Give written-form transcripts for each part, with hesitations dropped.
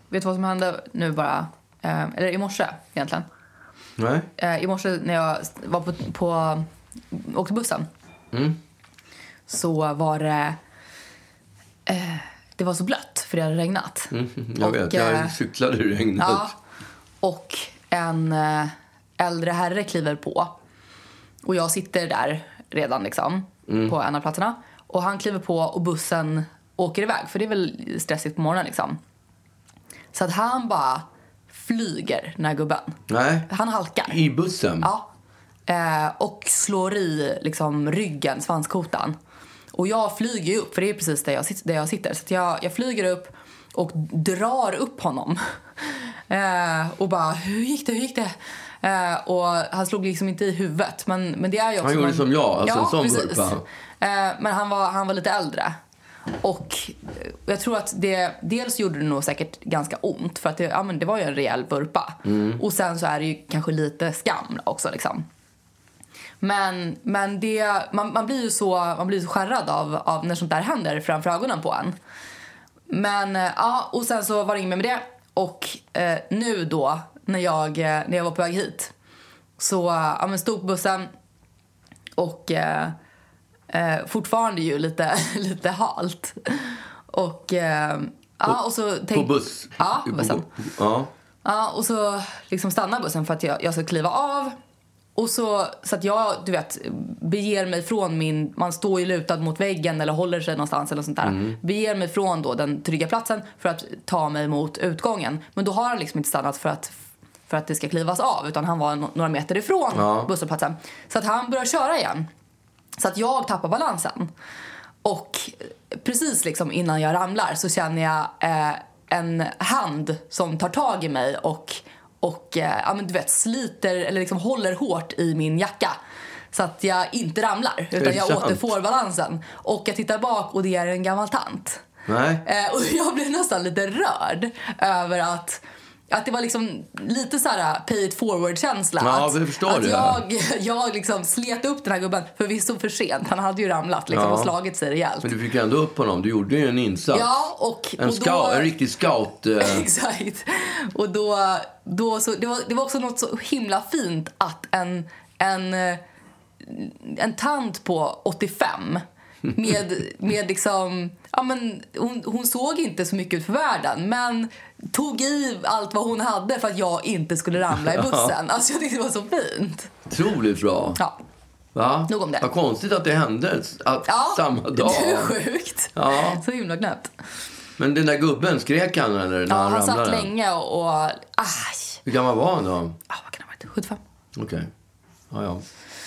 vet du vad som hände nu bara? Eller i morse egentligen. Nej. I morse när jag var på åkte bussen. Så var det var så blött för det hade regnat. Jag vet, jag cyklade i regnet. Ja, och en äldre herre kliver på. Och jag sitter där redan liksom på en av platserna. Och han kliver på och bussen åker iväg. För det är väl stressigt på morgonen liksom. Så att han bara flyger, den här gubben. Nej. Han halkar. I bussen? Ja. Och slår i liksom ryggen, svanskotan. Och jag flyger upp, för det är precis där jag sitter. Så att jag flyger upp och drar upp honom. Och bara, hur gick det? Och han slog liksom inte i huvudet. Men det är ju också... Han gjorde som jag, alltså ja, en sån vurpa. Men han var lite äldre. Och jag tror att dels gjorde det nog säkert ganska ont. För att det var ju en rejäl vurpa. Och sen så är det ju kanske lite skam också liksom. Men man blir ju så skärrad av när sånt där händer framför ögonen på en. Men ja, och sen så var det inget med det. Och nu då när jag var på väg hit så stod på bussen och fortfarande ju lite halt. Och och så på buss. Ja, bussen. Ja. Ja, och så liksom stannar bussen för att jag ska kliva av. Och så att jag, du vet, beger mig från man står ju lutad mot väggen eller håller sig någonstans eller sånt där. Beger mig från då den trygga platsen för att ta mig mot utgången. Men då har han liksom inte stannat för att det ska klivas av, utan han var några meter ifrån busshållplatsen. Så att han börjar köra igen. Så att jag tappar balansen. Och precis liksom innan jag ramlar så känner jag en hand som tar tag i mig och du vet, sliter eller liksom håller hårt i min jacka så att jag inte ramlar utan jag återfår balansen. Och jag tittar bak och det är en gammal tant. Nej. Och jag blev nästan lite rörd över att det var liksom lite så här pay it forward-känsla. Ja, jag förstår att det. jag liksom slet upp den här gubben förvisso för sent. Han hade ju ramlat liksom och slagit sig rejält. Men du fick ändå upp honom. Du gjorde ju en insats. Ja, en riktig scout. Exakt. Och då så det var också något så himla fint att en tant på 85 med liksom hon såg inte så mycket ut för världen, men tog i allt vad hon hade för att jag inte skulle ramla i bussen. Alltså jag tyckte det var så fint. Otroligt bra. Ja. Va? Nog om det. Vad konstigt att det hände samma dag. Det är sjukt. Ja. Så himla knäppt. Men den där gubben, skrek han eller när han ramlade? Han satt länge och aj. Hur gammal var han då? Vad kan det ha varit? 75. Okej. Ja.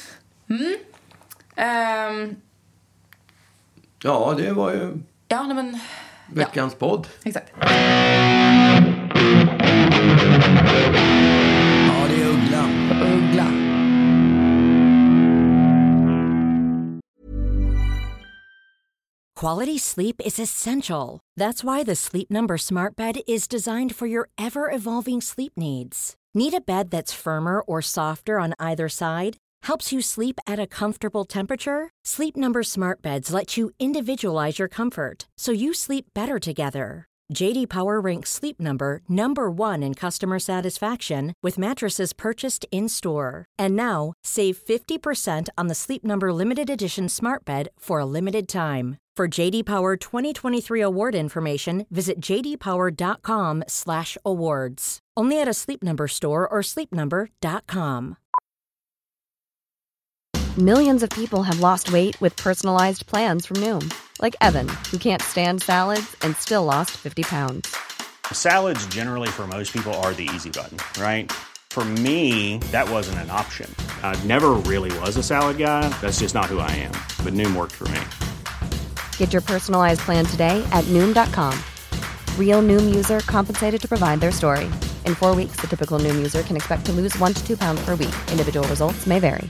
Ja, det var ju veckans podd. Exakt. Ja, det är Uggla. Quality sleep is essential. That's why the Sleep Number Smart Bed is designed for your ever-evolving sleep needs. Need a bed that's firmer or softer on either side? Helps you sleep at a comfortable temperature? Sleep Number Smart Beds let you individualize your comfort so you sleep better together. JD Power ranks Sleep Number #1 in customer satisfaction with mattresses purchased in-store. And now, save 50% on the Sleep Number Limited Edition Smart Bed for a limited time. For JD Power 2023 award information, visit jdpower.com/awards. Only at a Sleep Number store or sleepnumber.com. Millions of people have lost weight with personalized plans from Noom. Like Evan, who can't stand salads and still lost 50 pounds. Salads generally for most people are the easy button, right? For me, that wasn't an option. I never really was a salad guy. That's just not who I am. But Noom worked for me. Get your personalized plan today at Noom.com. Real Noom user compensated to provide their story. In 4 weeks, the typical Noom user can expect to lose 1 to 2 pounds per week. Individual results may vary.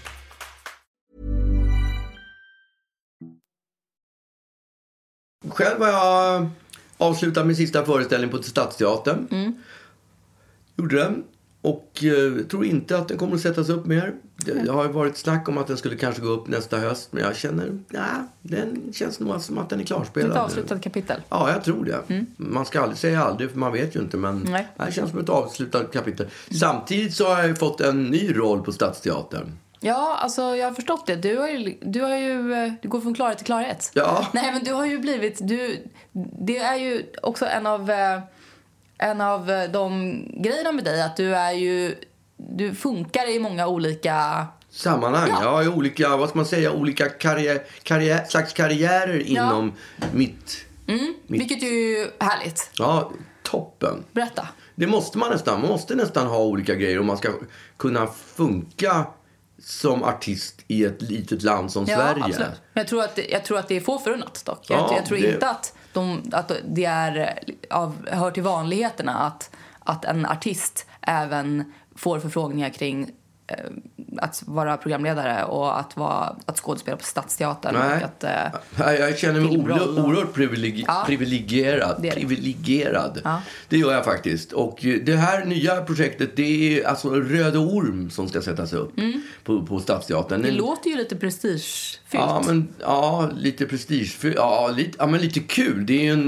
Själv var jag avslutat min sista föreställning på Stadsteatern. Gjorde den. Och tror inte att den kommer att sättas upp mer. Det har ju varit snack om att den skulle kanske gå upp nästa höst. Men jag känner, den känns nog som att den är klarspelad. Ett avslutat kapitel. Ja, jag tror det. Man ska aldrig säga aldrig, för man vet ju inte. Men det känns som ett avslutat kapitel. Samtidigt så har jag ju fått en ny roll på Stadsteatern. Ja, alltså jag har förstått det. Du går från klarhet till klarhet. Ja. Nej, men du har ju blivit... det är ju också en av de grejerna med dig, att du funkar i många olika sammanhang. Ja, i olika, vad ska man säga, olika slags karriärer inom mitt... Vilket är ju härligt. Ja, toppen. Berätta. Det måste man nästan. Man måste nästan ha olika grejer om man ska kunna funka som artist i ett litet land som Sverige. Absolut. Men jag tror att det är få förunnat dock. Jag tror inte att det hör till vanligheterna att en artist även får förfrågningar kring att vara programledare och att skådespela på Stadsteatern. Nej. Och jag känner mig oerhört privilegierad. Ja. Det gör jag faktiskt. Och det här nya projektet, det är alltså Röde Orm som ska sättas upp på Stadsteatern. Det låter ju lite prestigefyllt. Lite prestigefyllt. Lite kul. Det är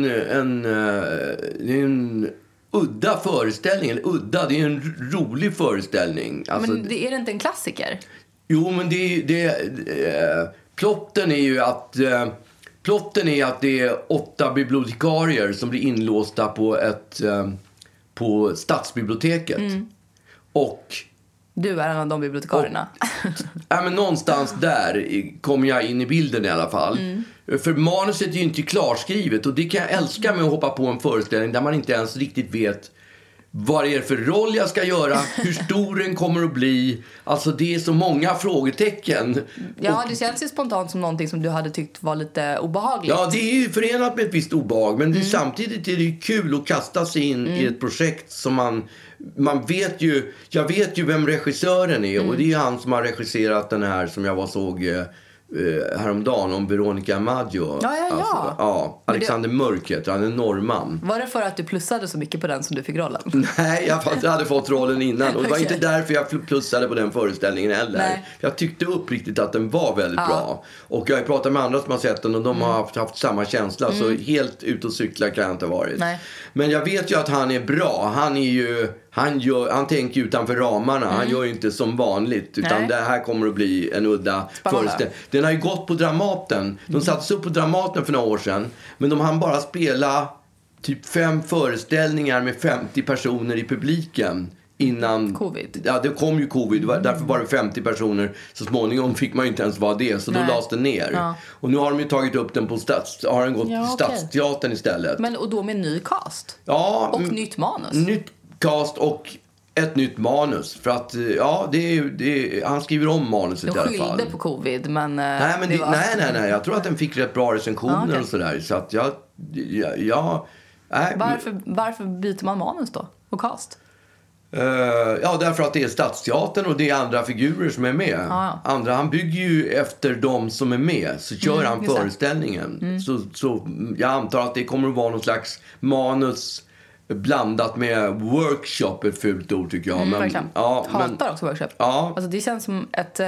en udda föreställning. Det är en rolig föreställning. Alltså, men är det inte en klassiker? Jo, men plotten är att det är 8 bibliotekarier som blir inlåsta på stadsbiblioteket. Och du är en av de bibliotekarierna. Men någonstans där kommer jag in i bilden i alla fall. För manuset är ju inte klarskrivet, och det kan jag älska med att hoppa på en föreställning där man inte ens riktigt vet vad det är för roll jag ska göra, hur stor den kommer att bli. Alltså det är så många frågetecken. Ja, det känns ju spontant som någonting som du hade tyckt var lite obehagligt. Ja, det är ju förenat med ett visst obehag. Men samtidigt är det ju kul att kasta sig in i ett projekt som man vet ju... Jag vet ju vem regissören är. Och det är ju han som har regisserat den här som jag såg häromdagen om Veronica Maggio. Alexander Mörket, han är norrman. Var det för att du plussade så mycket på den som du fick rollen? Nej, jag hade fått rollen innan. Och det var inte därför jag plussade på den föreställningen heller. Nej. Jag tyckte uppriktigt att den var väldigt bra. Och jag har pratat med andra som har sett den, och de har haft samma känsla. Så helt ut och cykla kan jag inte ha varit. Nej. Men jag vet ju att han är bra. Han tänker utanför ramarna. Han gör ju inte som vanligt. Utan det här kommer att bli en udda föreställning. Den har ju gått på Dramaten. De sattes upp på Dramaten för några år sedan. Men de hann bara spela typ 5 föreställningar med 50 personer i publiken innan covid. Ja, det kom ju covid. Därför var det 50 personer. Så småningom fick man ju inte ens vara det. Så då lades den ner. Ja. Och nu har de ju tagit upp den har den gått till Stadsteatern istället. Men och då med ny cast? Ja. Och nytt manus? Nytt cast och ett nytt manus. För att, han skriver om manuset i alla fall. De skyllde på covid, men... Nej. Jag tror att den fick rätt bra recensioner och sådär. Så att Varför byter man manus då? Och cast? Därför att det är Stadsteatern och det är andra figurer som är med. Han bygger ju efter de som är med. Så kör han föreställningen. Så jag antar att det kommer att vara någon slags manus blandat med workshop, ett fult ord tycker jag. Hatar också workshop. Ja. Alltså det känns som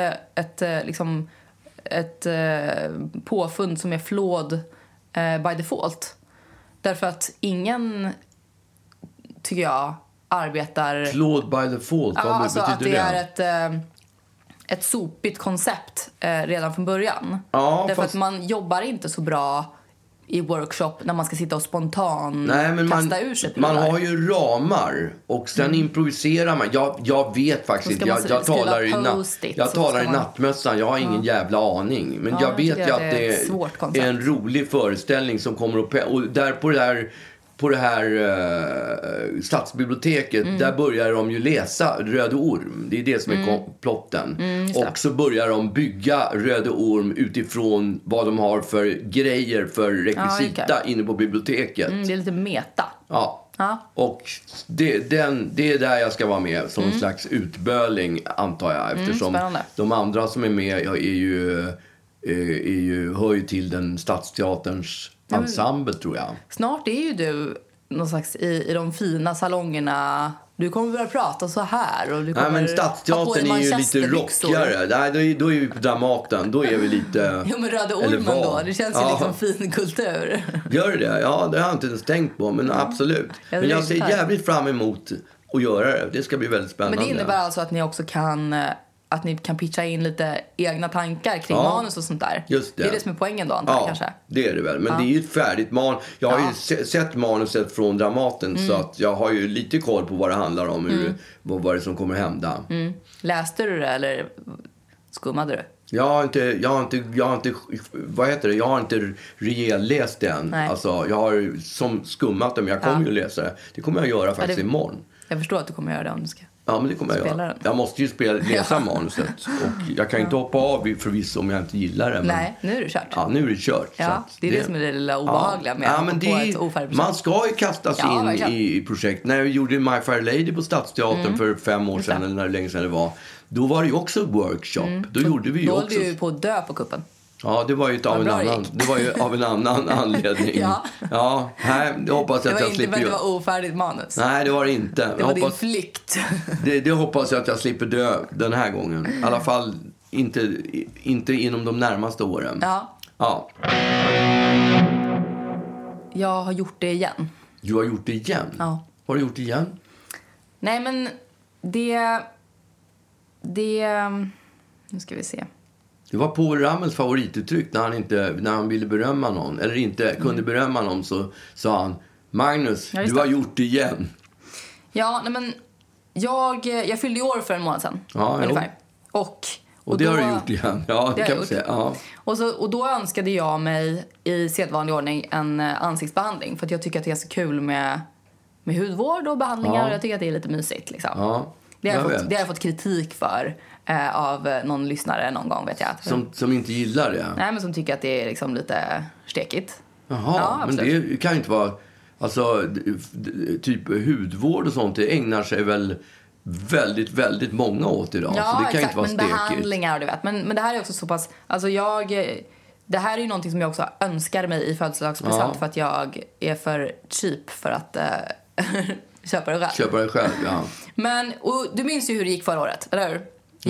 ett påfund som är flawed by default. Därför att ingen, tycker jag, arbetar... Flawed by default, vad alltså betyder att det är ett sopigt koncept redan från början. Därför att man jobbar inte så bra i workshop när man ska sitta och kasta ur sig. Man har ju ramar och sen improviserar man. Jag vet faktiskt inte. Jag talar i nattmössan. Jag har ingen jävla aning. Men jag vet ju att det är en rolig föreställning som kommer upp. Och där på det här stadsbiblioteket, där börjar de ju läsa Röde Orm. Det är det som är plotten. Och så börjar de bygga Röde Orm utifrån vad de har för grejer, för rekvisita inne på biblioteket. Det är lite meta. Ja. Och det är där jag ska vara med som en slags utböling, antar jag. Eftersom de andra som är med hör ju till den Stadsteaterns ensemble, tror jag. Snart är ju du någon slags i de fina salongerna du kommer börja prata så här. Och du kommer men Stadsteatern är ju lite rockigare. Nej, då är vi på Dramaten. Då är vi lite... Jo, men Röda Ormen då. Det känns ju liksom fin kultur. Gör det? Ja, det har jag inte ens tänkt på. Men absolut. Men jag ser jävligt fram emot att göra det. Det ska bli väldigt spännande. Men det innebär alltså att ni också kan... Att ni kan pitcha in lite egna tankar kring manus och sånt där. Just det. Det är det som är poängen då, antar kanske. Det är det väl. Men det är ju ett färdigt manus. Jag har ju sett manuset från Dramaten så att jag har ju lite koll på vad det handlar om. Vad det som kommer hända. Läste du det eller skummade du? Jag har inte vad heter det? Jag har inte läst det än. Alltså, jag har som skummat det, men jag kommer ju läsa det. Det kommer jag göra faktiskt imorgon. Jag förstår att du kommer göra det om du ska. Ja, men det kommer jag göra. Jag måste ju läsa manuset. Och jag kan inte hoppa av förvisso om jag inte gillar det. Men... Nej, nu är det kört. Ja, nu är det kört. Ja, det är det som är det lilla obehagliga med men det är, ett ofärdigt man ska ju kastas in i projekt. När vi gjorde My Fair Lady på Stadsteatern för 5 år sedan, eller när det länge sedan det var. Då var det ju också workshop. Då gjorde vi ju också... Då höll vi ju på att dö på kuppen. Ja, det var ju av en annan anledning. Ja, det hoppas jag att jag slipper. Det var inte för att det var ofärdigt manus. Nej, det var det inte. Det var din flykt. Det hoppas jag att jag slipper dö den här gången. I alla fall inte inom de närmaste åren. Ja. Jag har gjort det igen. Du har gjort det igen? Ja. Har du gjort det igen? Nej, men det... Nu ska vi se. Det var Poul Ramels favorituttryck när han ville berömma någon. Eller inte kunde berömma någon, så sa han: Magnus, du har gjort det igen. Ja, nej, men jag fyllde år för en månad sedan. Ungefär. Och det då, har du gjort igen. Ja, det kan man säga. Ja. Och då önskade jag mig i sedvanlig ordning en ansiktsbehandling. För att jag tycker att det är så kul med hudvård och behandlingar. Och jag tycker att det är lite mysigt liksom. Ja. Det har jag fått kritik för av någon lyssnare någon gång, vet jag. Som inte gillar det? Nej, men som tycker att det är liksom lite stekigt. Jaha, men det kan inte vara... Alltså, typ hudvård och sånt, det ägnar sig väl väldigt, väldigt många åt idag. Ja, så det kan exakt, inte vara men stekigt. Behandlingar, du vet. Men det här är också så pass... Alltså det här är ju någonting som jag också önskar mig i födelsedagspresent för att jag är för cheap för att... Köpa det själv. Ja. Men, och du minns ju hur det gick förra året, eller hur?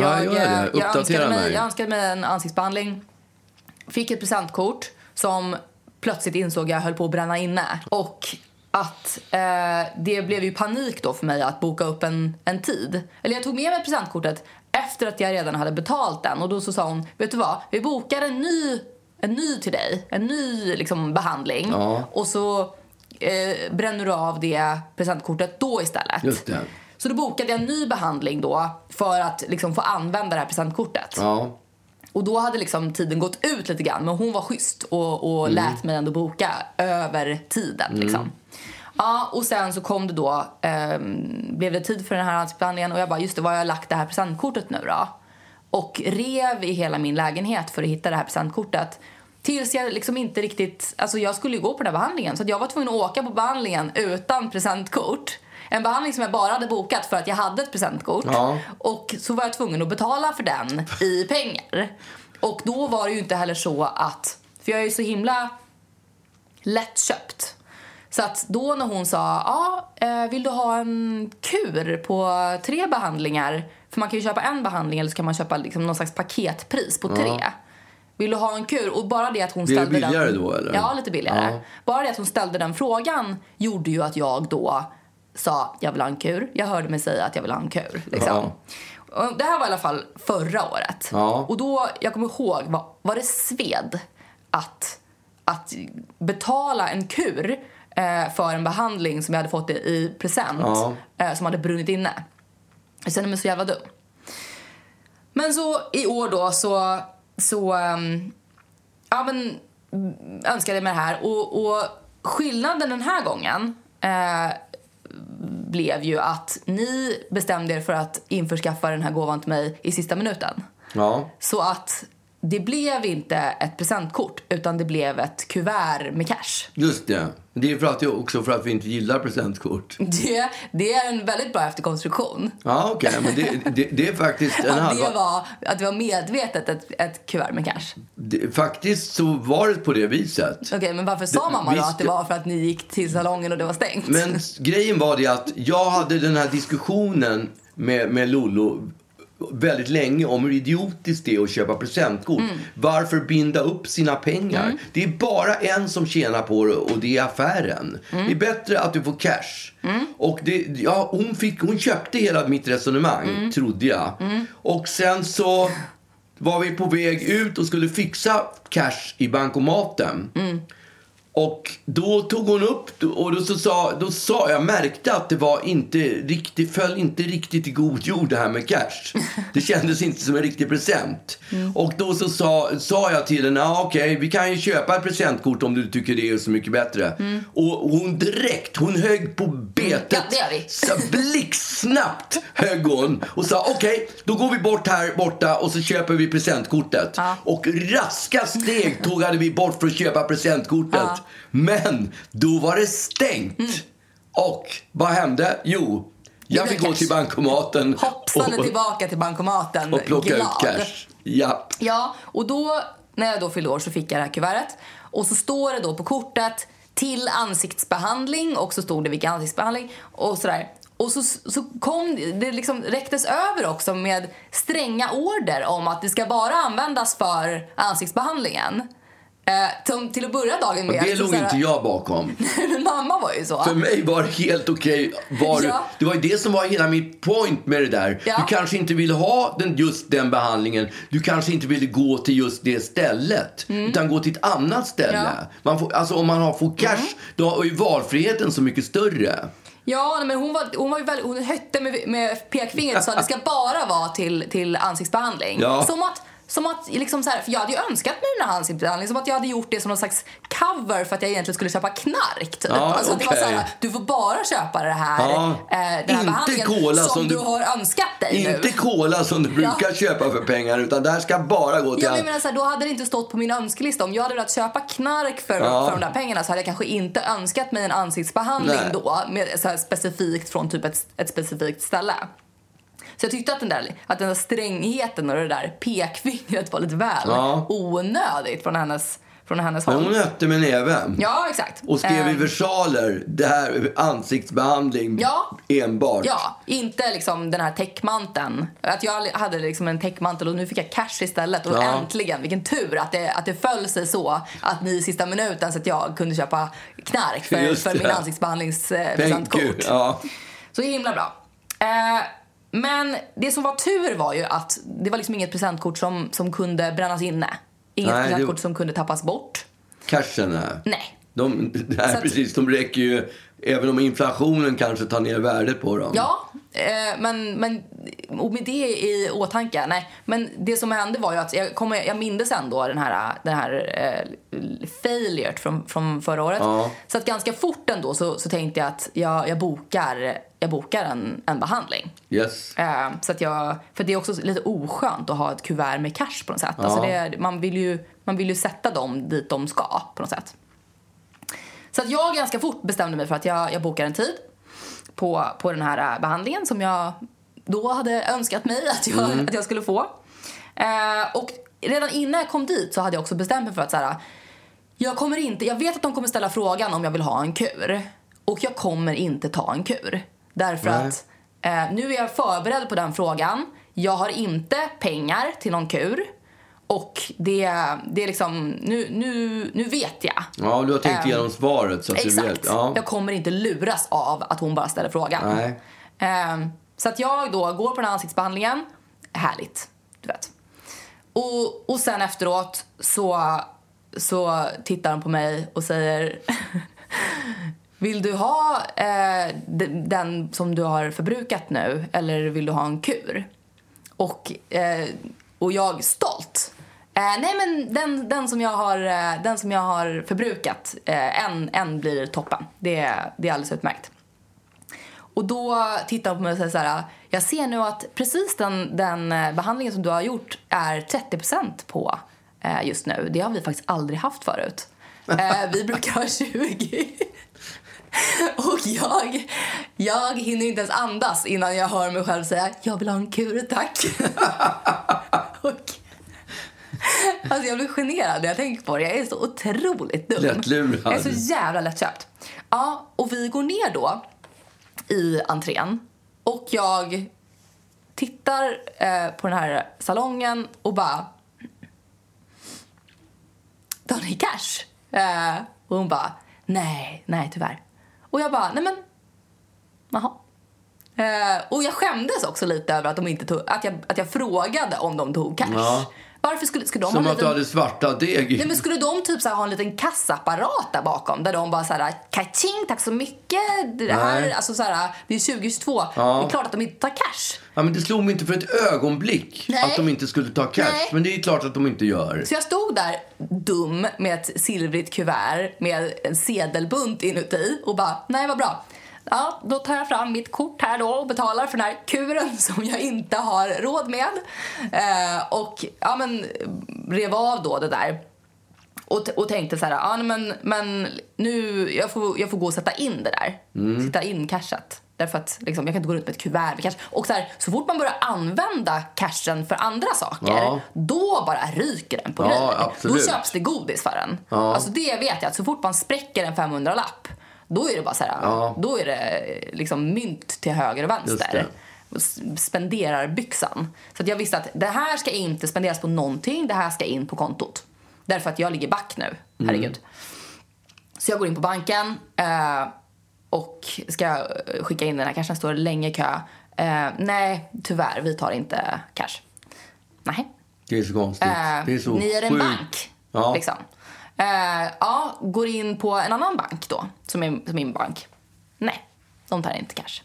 Jag önskade mig en ansiktsbehandling. Fick ett presentkort som plötsligt insåg jag höll på att bränna inne. Och att det blev ju panik då för mig att boka upp en tid. Eller jag tog med mig presentkortet efter att jag redan hade betalt den. Och då så sa hon, vet du vad? Vi bokar en ny till dig. En ny liksom behandling. Ja. Och så... bränner du av det presentkortet då istället. Just det. Så då bokade jag en ny behandling då för att liksom få använda det här presentkortet. Ja. Och då hade liksom tiden gått ut lite grann, men hon var schysst och lät mig ändå boka över tiden liksom. Ja, och sen så kom det då blev det tid för den här ansiktsbehandlingen och jag bara, just det, var jag har lagt det här presentkortet nu då? Och rev i hela min lägenhet för att hitta det här presentkortet. Tills jag liksom inte riktigt... Alltså jag skulle ju gå på den här behandlingen. Så att jag var tvungen att åka på behandlingen utan presentkort. En behandling som jag bara hade bokat för att jag hade ett presentkort. Ja. Och så var jag tvungen att betala för den i pengar. Och då var det ju inte heller så att... För jag är ju så himla lättköpt. Så att då när hon sa... vill du ha en kur på 3 behandlingar? För man kan ju köpa en behandling eller så kan man köpa liksom någon slags paketpris på 3. Ja. Vill du ha en kur? Och bara det att hon ställde den... Det är billigare då, eller? Ja, lite billigare. Ja. Bara det att hon ställde den frågan gjorde ju att jag då sa, jag vill ha en kur. Jag hörde mig säga att jag vill ha en kur. Liksom. Ja. Och det här var i alla fall förra året. Ja. Och då, jag kommer ihåg, var det sved att betala en kur för en behandling som jag hade fått i present. Ja. Som hade brunnit inne. Jag kände mig så jävla dum. Men så i år då så önskade jag mig det här och skillnaden den här gången blev ju att ni bestämde er för att införskaffa den här gåvan till mig i sista minuten. Ja. Så att det blev inte ett presentkort utan det blev ett kuvert med cash. Just det. Det är också för att vi inte gillar presentkort. Det är en väldigt bra efterkonstruktion. Ja, okej. Men det är faktiskt en att det var medvetet ett kuvert med cash. Faktiskt så var det på det viset. Okej, men varför sa mamma då att det var för att ni gick till salongen och det var stängt? Men grejen var det att jag hade den här diskussionen med Lollo väldigt länge om hur idiotiskt det är att köpa presentkort. Varför binda upp sina pengar? Det är bara en som tjänar på det och det är affären. Det är bättre att du får cash. Och hon köpte hela mitt resonemang, trodde jag. Och sen så var vi på väg ut och skulle fixa cash i bankomaten. Och då tog hon upp och då sa jag märkte att det var föll inte riktigt i god jord det här med cash. Det kändes inte som en riktig present. Och då så sa jag till henne, okej, vi kan ju köpa ett presentkort om du tycker det är så mycket bättre. Och hon högg på betet. Ja, det gör vi. Så blixtsnabbt högg hon och sa, okej, då går vi bort här borta och så köper vi presentkortet. Ja. Och raska steg tog vi bort för att köpa presentkortet. Ja. Men då var det stängt. Och vad hände? Jo, jag fick gå till bankomaten. Hoppsade tillbaka till bankomaten. Och plocka ut cash. Ja. Ja, och då när jag då fyllde år så fick jag det här kuvertet. Och så står det då på kortet till ansiktsbehandling. Och så stod det vilken ansiktsbehandling. Och sådär. Och så kom det liksom räcktes över också med stränga order om att det ska bara användas för ansiktsbehandlingen. Till att börja dagen med. Och det låg inte jag bakom. Mamma var ju så. För mig var det helt okej. Det var ju det som var hela mitt point med det där. Ja. Du kanske inte ville ha just den behandlingen. Du kanske inte ville gå till just det stället. Utan gå till ett annat ställe. Ja. Om man får cash, då är ju valfriheten så mycket större. Ja, men hon hötte med pekfingret och sa att det ska bara vara till ansiktsbehandling. Ja. Som att liksom så här, för jag hade ju önskat mig den här ansiktsbehandlingen, som att jag hade gjort det som någon slags cover för att jag egentligen skulle köpa knark typ. Alltså att det var så här, du får bara köpa det här, den här behandlingen cola som du har önskat dig inte nu. Inte cola som du brukar köpa för pengar, utan det här ska bara gå till... Ja, men så här, då hade det inte stått på min önskelista. Om jag hade velat köpa knark för de där pengarna så hade jag kanske inte önskat mig en ansiktsbehandling då, med, så här, specifikt från typ ett specifikt ställe. Så jag tyckte att den där strängheten och det där pekfingret var lite väl onödigt från hennes håll. Men hon ötte med näven. Ja, exakt. Och skrev i versaler, det här ansiktsbehandling enbart. Ja, inte liksom den här täckmanteln. Att jag hade liksom en täckmantel och nu fick jag cash istället. Och äntligen, vilken tur att det föll sig så att ni i sista minuten så att jag kunde köpa knark för min ansiktsbehandlingspresentkort. Ja. Så himla bra. Men det som var tur var ju att det var liksom inget presentkort som kunde brännas inne. Inget presentkort som kunde tappas bort. Cashen? Nej. Precis, de räcker ju, även om inflationen kanske tar ner värdet på dem. Ja, men och med det i åtanke, nej. Men det som hände var ju att jag mindes ändå den här failure från förra året. Ja. Så att ganska fort ändå så tänkte jag att jag bokar en behandling. Yes. Så att för det är också lite oskönt att ha ett kuvert med cash på något sätt. Ja. Alltså man vill ju sätta dem dit de ska på något sätt. Så att jag ganska fort bestämde mig för att jag bokar en tid på den här behandlingen som jag då hade önskat mig att jag skulle få. Och redan innan jag kom dit så hade jag också bestämt mig för att så här, jag vet att de kommer ställa frågan om jag vill ha en kur. Och jag kommer inte ta en kur. Därför att nu är jag förberedd på den frågan. Jag har inte pengar till någon kur. Och det är liksom, nu vet jag. Ja, du har tänkt igenom svaret så att exakt. Du vet. Ja. Jag kommer inte luras av att hon bara ställer frågan. Nej. Så att jag då går på den här ansiktsbehandlingen. Härligt, du vet. Och sen efteråt så tittar hon på mig och säger vill du ha den som du har förbrukat nu eller vill du ha en kur? Och jag stolt. Nej, men den som jag har förbrukat, en blir toppen. Det är alldeles utmärkt. Och då tittar hon på mig och säger så här: jag ser nu att precis den behandlingen som du har gjort är 30% just nu. Det har vi faktiskt aldrig haft förut. Vi brukar ha 20. Och jag hinner inte ens andas innan jag hör mig själv säga jag vill ha en kur, tack. Alltså jag blir generad när jag tänker på det. Jag är så otroligt dum. Lättlurad. Jag är så jävla lättköpt. Ja, och vi går ner då i entrén. Och jag tittar på den här salongen och bara "Har ni cash?" Och hon bara nej tyvärr. Och jag bara, nej men jaha. Och jag skämdes också lite över att de inte tog, att jag frågade om de tog cash. Ja. Varför skulle de som ha att du hade svarta deg. Nej, men skulle de typ så här ha en liten kassaapparat där bakom där de bara så här kaching, tack så mycket. Det här, alltså så här, det är 2022. Ja. Det är klart att de inte tar cash. Ja, men det slog mig inte för ett ögonblick att de inte skulle ta cash. Nej. Men det är klart att de inte gör. Så jag stod där dum med ett silvrigt kuvert med en sedelbunt inuti och bara, nej vad bra. Ja, då tar jag fram mitt kort här då och betalar för den här kuren som jag inte har råd med. Och ja, men rev av då det där. Och tänkte så här, ja men nu, jag får gå och sätta in det där. Sätta in cashet. Därför att liksom, jag kan inte gå runt med ett kuvert med cash. Och så fort man börjar använda cashen för andra saker, då bara ryker den på grejer. Då köps det godis för den. Alltså det vet jag, att så fort man spräcker en 500-lapp, då är det bara så här, då är det liksom mynt till höger och vänster. Spenderar byxan. Så att jag visste att det här ska inte spenderas på någonting, det här ska in på kontot. Därför att jag ligger back nu, herregud. Så jag går in på banken och ska skicka in den här cashen, står länge i kö. Nej, tyvärr, vi tar inte cash. Nej. Det är så konstigt. Det är så ni är en bank, liksom. Går in på en annan bank då, som är min bank. Nej, de tar inte cash.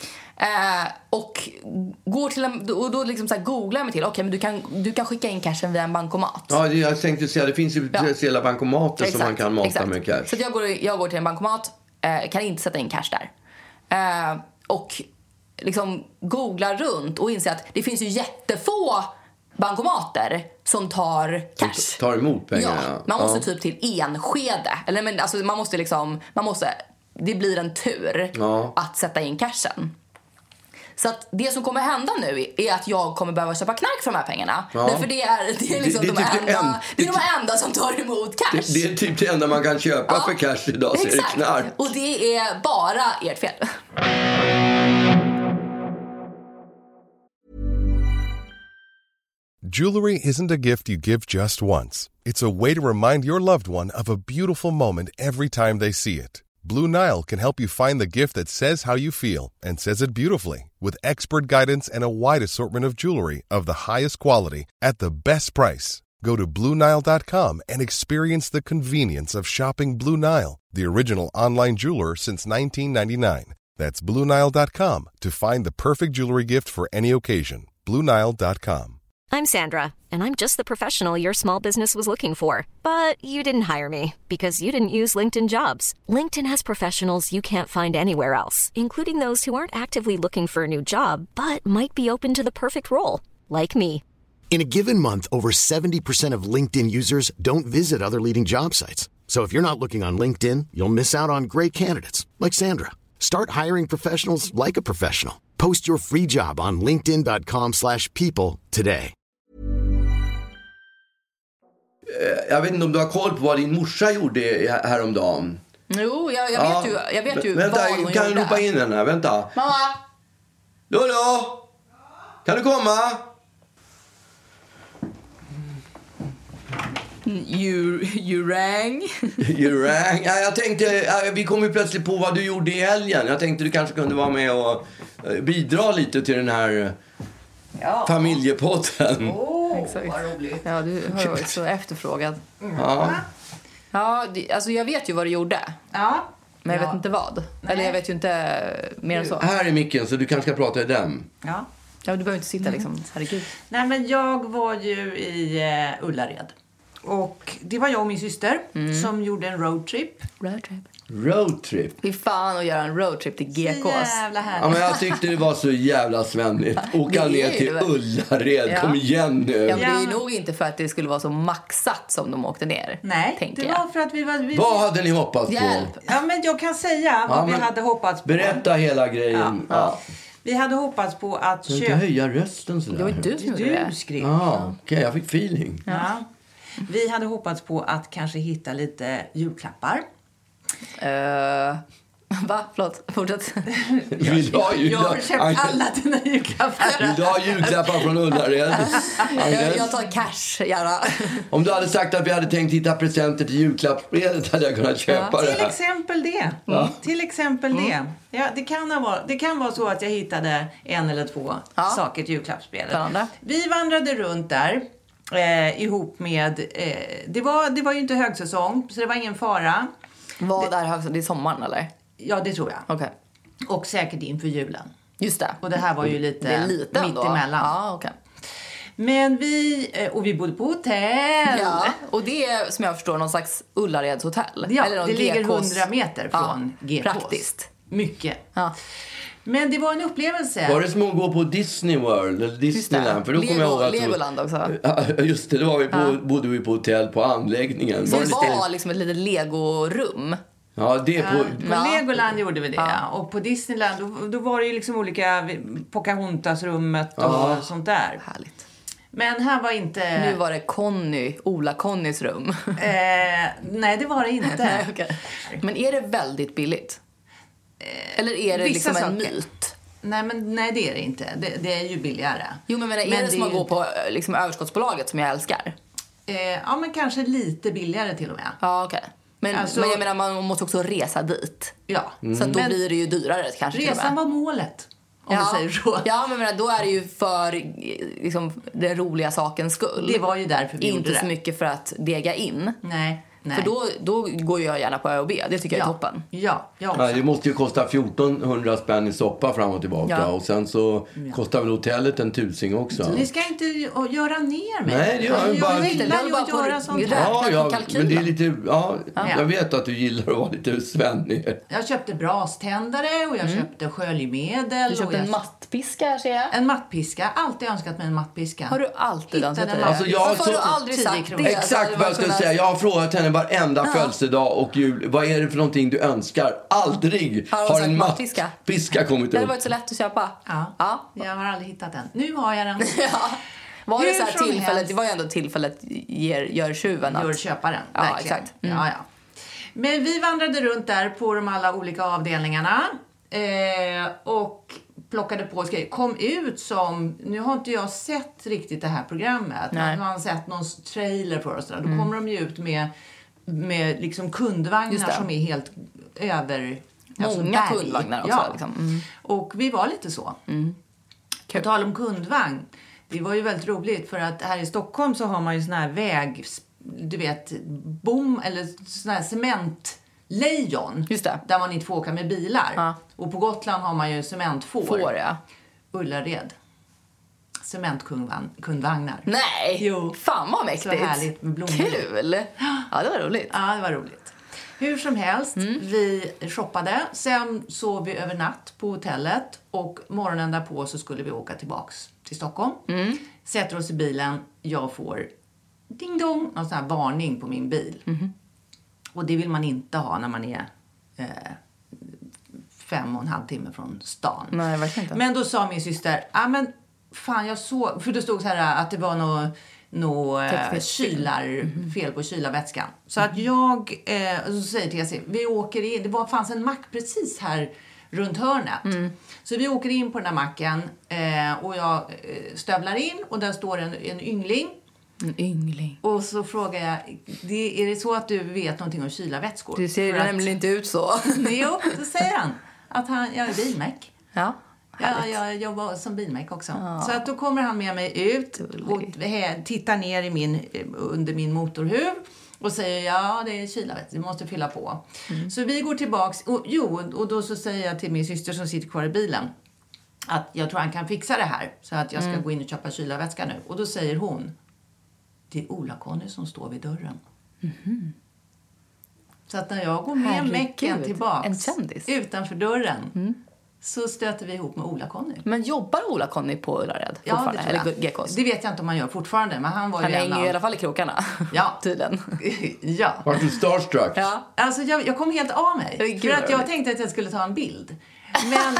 Och går till och då liksom så här googlar jag mig till, okej, men du kan skicka in cashen via en bankomat. Ja, jag tänkte säga, det finns ju speciella bankomater som man kan mata med cash. Så jag går till en bankomat, kan inte sätta in cash där. Och liksom googlar runt och inser att det finns ju jättefå bankomater som tar cash. Tar emot pengar. Ja, man måste typ till Enskede. Eller men alltså man måste det blir en tur att sätta in cashen. Så att det som kommer hända nu är att jag kommer behöva köpa knark för de här pengarna. För det är liksom de enda som tar emot cash. Det är typ det enda man kan köpa för cash idag, så är det knark. Och det är bara ert fel. Jewelry isn't a gift you give just once. It's a way to remind your loved one of a beautiful moment every time they see it. Blue Nile can help you find the gift that says how you feel and says it beautifully, with expert guidance and a wide assortment of jewelry of the highest quality at the best price. Go to BlueNile.com and experience the convenience of shopping Blue Nile, the original online jeweler since 1999. That's BlueNile.com to find the perfect jewelry gift for any occasion. BlueNile.com. I'm Sandra, and I'm just the professional your small business was looking for. But you didn't hire me because you didn't use LinkedIn Jobs. LinkedIn has professionals you can't find anywhere else, including those who aren't actively looking for a new job, but might be open to the perfect role, like me. In a given month, over 70% of LinkedIn users don't visit other leading job sites. So if you're not looking on LinkedIn, you'll miss out on great candidates, like Sandra. Start hiring professionals like a professional. Post your free job on linkedin.com/people today. Jag vet inte om du har koll på vad din morsa gjorde häromdagen. Jo, jag vet ju vänta, vad hon gjorde. Kan du ropa in henne? Vänta. Mamma! Lolo! Kan du komma? You rang. You rang. Ja, jag tänkte, vi kom ju plötsligt på vad du gjorde i helgen. Jag tänkte du kanske kunde vara med och bidra lite till den här familjepodden. Exakt. Vad roligt. Ja, du har varit så efterfrågad. Ja. Ja, alltså jag vet ju vad du gjorde. Ja. Men jag vet inte vad. Nej. Eller jag vet ju inte mer än så. Här är micken, så du kanske ska prata i den. Ja. Ja, du behöver inte sitta liksom, herregud. Nej, men jag var ju i Ullared. Och det var jag och min syster som gjorde en roadtrip. Roadtrip. Fy fan att göra en roadtrip till GKs. Så jävla härligt. Ja, men jag tyckte det var så jävla svennigt. Åka ner till Ullared. Kom igen nu. Ja, men det är ju nog inte för att det skulle vara så maxat som de åkte ner. Nej, det var för att vi var... Vad hade ni hoppats på? Ja, men jag kan säga vad vi hade hoppats på. Berätta hela grejen. Ja. Vi hade hoppats på att köpa... Jag inte höja rösten sådär. Det var ju du skrev. Okej, jag fick feeling. Ja. Vi hade hoppats på att kanske hitta lite julklappar. Va? Förlåt, fortsätt. Jag har köpt alla dina julklappar. Vill du ha julklappar från Ullared? Jag tar cash, gärna. Om du hade sagt att vi hade tänkt hitta presenter till julklappsspelet hade jag kunnat köpa det. Till exempel det. Till exempel det. Ja, det kan vara så att jag hittade en eller två saker till julklappsspelet. Vi vandrade runt där. Ihop med det var ju inte högsäsong, så det var ingen fara. Vad är högsäsong? Det är sommaren eller? Ja, det tror jag. Okay. Och säkert inför julen. Just det. Och det här var ju lite mitt emellan. Ja, okay. Men vi bodde på hotell. Ja, och det är som jag förstår någon slags Ullareds hotell. Ja, eller det ligger 100 meter från GKs. Praktiskt. Mycket. Ja. Men det var en upplevelse. Var det som att gå på Disney World eller Disneyland? För då kommer jag ihåg att Legoland också. Just det, då var bodde vi på hotell på anläggningen. Så det var liksom ett litet Legorum. Ja, det på Legoland gjorde vi det. Ja. Och på Disneyland då var det ju liksom olika Pocahontas-rummet och sånt där. Härligt. Men här var inte... Nu var det Ola-Connys rum. Nej, det var det inte. Nej, okay. Men är det väldigt billigt? Eller är det liksom en myt? Nej, det är det inte. Det är ju billigare. Jo, men är det som att gå på liksom, överskottsbolaget som jag älskar? Ja, men kanske lite billigare till och med. Ja, okej. Men jag menar, man måste också resa dit. Ja. Så då blir det ju dyrare kanske. Resan var målet, om vi säger så. Ja, men då är det ju för liksom, den roliga sakens skull. Det var ju därför vi gjorde det. Inte så mycket för att dega in. Nej. För då går jag gärna på ÖB. Det tycker jag är toppen. Ja, jag också. Det måste ju kosta 1400 spänn i soppa fram och tillbaka. Ja. Och sen så kostar väl hotellet en tusing också. Ni ska inte göra ner mig. Nej, det gör jag bara. Jag gillar ju att göra sånt här. Men det är lite... Jag vet att du gillar att vara lite svennig. Jag köpte braständare och jag köpte sköljmedel. Du köpte en mattpiska, ser jag. En mattpiska. Alltid önskat mig en mattpiska. Har du alltid önskat dig? Varför har du aldrig sagt det? Exakt vad jag skulle säga. Jag har frågat henne varenda födelsedag och jul. Vad är det för någonting du önskar? Aldrig har en mattpiska kommit upp. Det har varit så lätt att köpa. Ja. Jag har aldrig hittat den. Nu har jag den. Var det så här tillfället? Det var ju ändå tillfället gör tjuven. Gör köparen. Ja, verkligen. Exakt. Ja. Men vi vandrade runt där på de alla olika avdelningarna. Och plockade på grejer. Kom ut som... Nu har inte jag sett riktigt det här programmet. Man har sett någon trailer för oss. Då kommer de ju ut med liksom kundvagnar som är helt över... Många kundvagnar också. Ja. Liksom. Och vi var lite så. På tal om kundvagn. Det var ju väldigt roligt för att här i Stockholm så har man ju sån här väg... Du vet, eller sån här cementlejon. Just det. Där man inte får åka med bilar. Ja. Och på Gotland har man ju cementfår. Ullared. Cementkundvagnar. Nej! Jo. Fan vad mäktigt. Så härligt med blommor. Kul! Ja, det var roligt. Ja, det var roligt. Hur som helst, vi shoppade. Sen sov vi över natt på hotellet. Och morgonen därpå så skulle vi åka tillbaks till Stockholm. Sätter oss i bilen. Jag får ding dong, någon sån här varning på min bil. Och det vill man inte ha när man är 5,5 timme från stan. Nej, verkligen inte. Men då sa min syster, men fan jag såg, för det stod så här att det var fel på kylarvätskan. Så att jag så säger till TC, vi åker in, fanns en mack precis här runt hörnet. Så vi åker in på den här macken och jag stövlar in och där står en yngling. En yngling. Och så frågar jag, är det så att du vet någonting om kylarvätskor? Du ser nämligen inte ut så. Jo, så säger han att jag är bilmek. Ja. Jag jobbar som bilmek också. Ja. Så att då kommer han med mig ut och tittar ner under min motorhuv och säger, det är kylarvätskor, du måste fylla på. Så vi går tillbaks och då så säger jag till min syster som sitter kvar i bilen att jag tror han kan fixa det här så att jag ska gå in och köpa kylarvätska nu. Och då säger hon, det är Ola-Conny som står vid dörren. Så att när jag går med Mecken tillbaks en kändis. utanför dörren så stöter vi ihop med Ola-Conny. Men jobbar Ola-Conny på Ullared fortfarande? Ja, det tror jag. Eller GKs? Det vet jag inte om man gör fortfarande, men han var ju han hänger i alla fall i krokarna. Ja. Tydligen. Ja. Var du starstruck? Ja. Alltså jag kom helt av mig. För att jag tänkte att jag skulle ta en bild. Men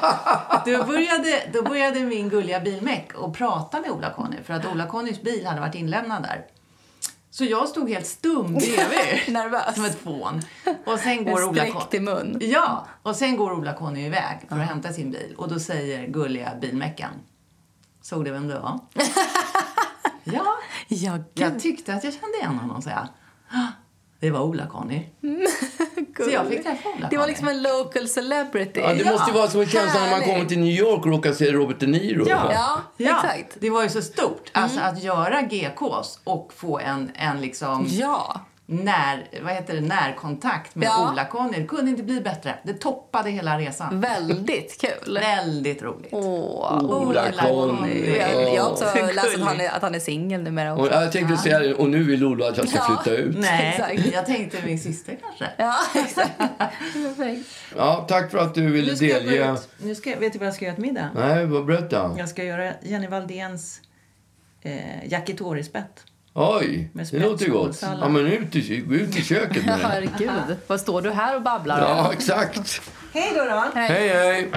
då började min gulliga bilmäck och prata med Ola-Conny. För att Ola-Connys bil hade varit inlämnad där. Så jag stod helt stum bredvid. Nervös. Som ett fån. Och sen går Ola-Conny i mun. Ja, och sen går Ola-Conny iväg för att hämta sin bil. Och då säger gulliga bilmäcken: såg du vem det var? Ja, jag tyckte att jag kände igen honom, så jag. Det var Ola-Conny. Så jag fick träffa Ola-Conny. Det var liksom en local celebrity. Ja, det måste ju vara som en känsla när man kommer till New York och råkar se Robert De Niro. Ja, exakt. Det var ju så stort. Alltså att göra GKs och få en liksom... Ja. Närkontakt med Ola-Conny. Det kunde inte bli bättre. Det toppade hela resan. Väldigt kul. Väldigt roligt. Ola-Conny. Jag har också läst att han är singel numera också. Och jag tänkte säga det, och nu vill Ola att jag ska flytta ut. Nej, exakt. Jag tänkte min syster kanske. Ja, exakt. Perfekt. Ja, tack för att du ville delge. Vet du vad jag ska göra till middag? Nej, vad berätta. Jag ska göra Jenny Valdéns yakitori-spett. Oj, det låter gott. Ja, men ut i köket med det. Herregud, vad står du här och babblar? Ja, exakt. Hej då. Hej.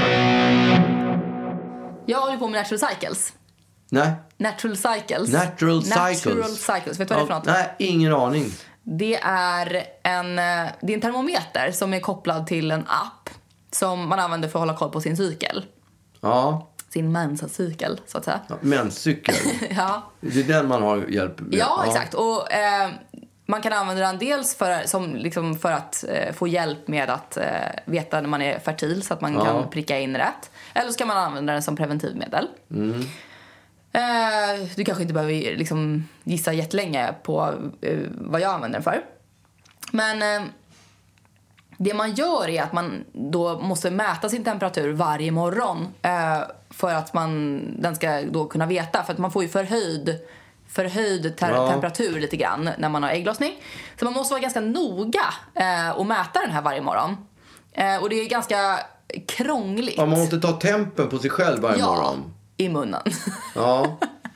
Jag håller på med Natural Cycles. Nej. Natural Cycles. Vet du vad det är för något? Nej, ingen aning. Det är en termometer som är kopplad till en app som man använder för att hålla koll på sin cykel. Ja. Sin menscykel, så att säga. Ja, menscykel. Ja. Det är den man har hjälp med. Ja, exakt. Och man kan använda den dels för att få hjälp med att veta när man är fertil så att man kan pricka in rätt. Eller så kan man använda den som preventivmedel. Du kanske inte behöver liksom gissa jättelänge på vad jag använder den för. Men det man gör är att man då måste mäta sin temperatur varje morgon för att den ska då kunna veta. För att man får ju förhöjd temperatur lite grann när man har ägglossning. Så man måste vara ganska noga och mäta den här varje morgon. Och det är ganska krångligt. Ja, man måste ta tempen på sig själv varje morgon. I munnen. Ja.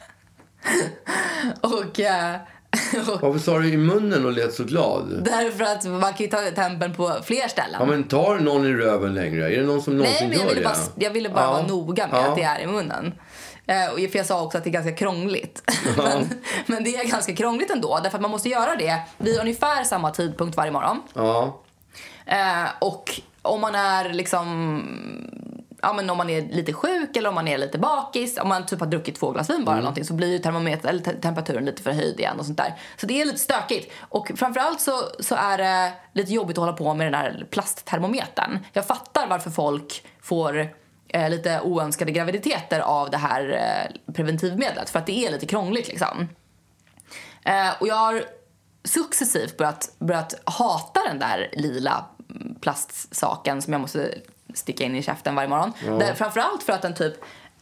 Och varför sa du i munnen och lät så glad? Därför att man kan ju ta tempen på fler ställen. Ja, men tar någon i röven längre? Är det någon som någonsin gör det? Jag ville bara vara noga med att det är i munnen. För jag sa också att det är ganska krångligt. Men det är ganska krångligt ändå. Därför att man måste göra det vid ungefär samma tidpunkt varje morgon. Ja. Och om man är liksom... Ja, men om man är lite sjuk eller om man är lite bakis, om man typ har druckit 2 glas vin bara eller någonting, så blir ju temperaturen lite förhöjd igen och sånt där. Så det är lite stökigt. Och framförallt så är det lite jobbigt att hålla på med den här plasttermometern. Jag fattar varför folk får lite oönskade graviditeter av det här preventivmedlet, för att det är lite krångligt liksom. Och jag har successivt börjat hata den där lila plastsaken som jag måste sticka in i käften varje morgon. Framförallt för att den typ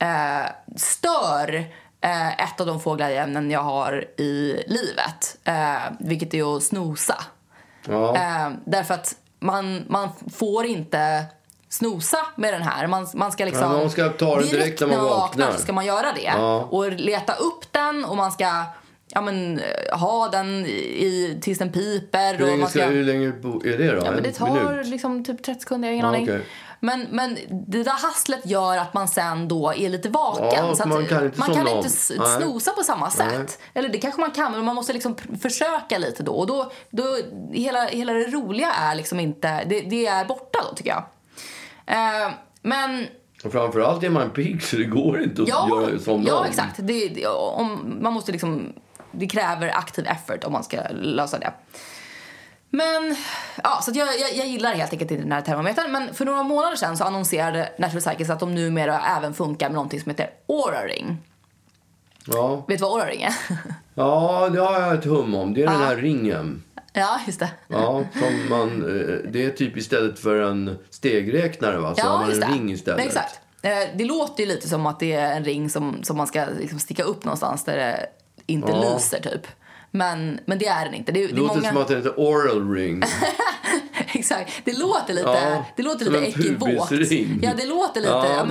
stör ett av de få glädjeämnen jag har i livet. Vilket är att snosa. Därför att man får inte snosa med den här. Man ska liksom... man ska ta den direkt när man vaknar. Så ska man göra det. Och leta upp den och man ska... Ja, men ha den tills den piper. Hur länge är det då? Ja, men det tar liksom typ 30 sekunder, jag har ingen aning. Men det där hasslet gör att man sen då är lite vaken. Så att man kan inte snosa på samma sätt. Eller det kanske man kan, men man måste liksom försöka lite då. Och då hela det roliga är liksom inte... Det är borta då, tycker jag. Men... Och framförallt är man pigg, så det går inte att göra som någon. Ja, exakt. Man måste liksom... Det kräver aktiv effort om man ska lösa det. Men, så att jag gillar helt enkelt inte den här termometern. Men för några månader sedan så annonserade Natural Cycles att de numera även funkar med någonting som heter Oura Ring. Ja. Vet du vad Oura Ring är? Ja, det har jag ett hum om. Det är den här ringen. Ja, just det. Ja, det är typ istället för en stegräknare, va? Så har man en ring istället. Exakt. Det låter ju lite som att det är en ring som man ska liksom sticka upp någonstans där det inte lyser typ. Men det är den inte. Det låter många... som att det heter oral ring. Exakt. Det låter lite ekivokt. Ja, det låter lite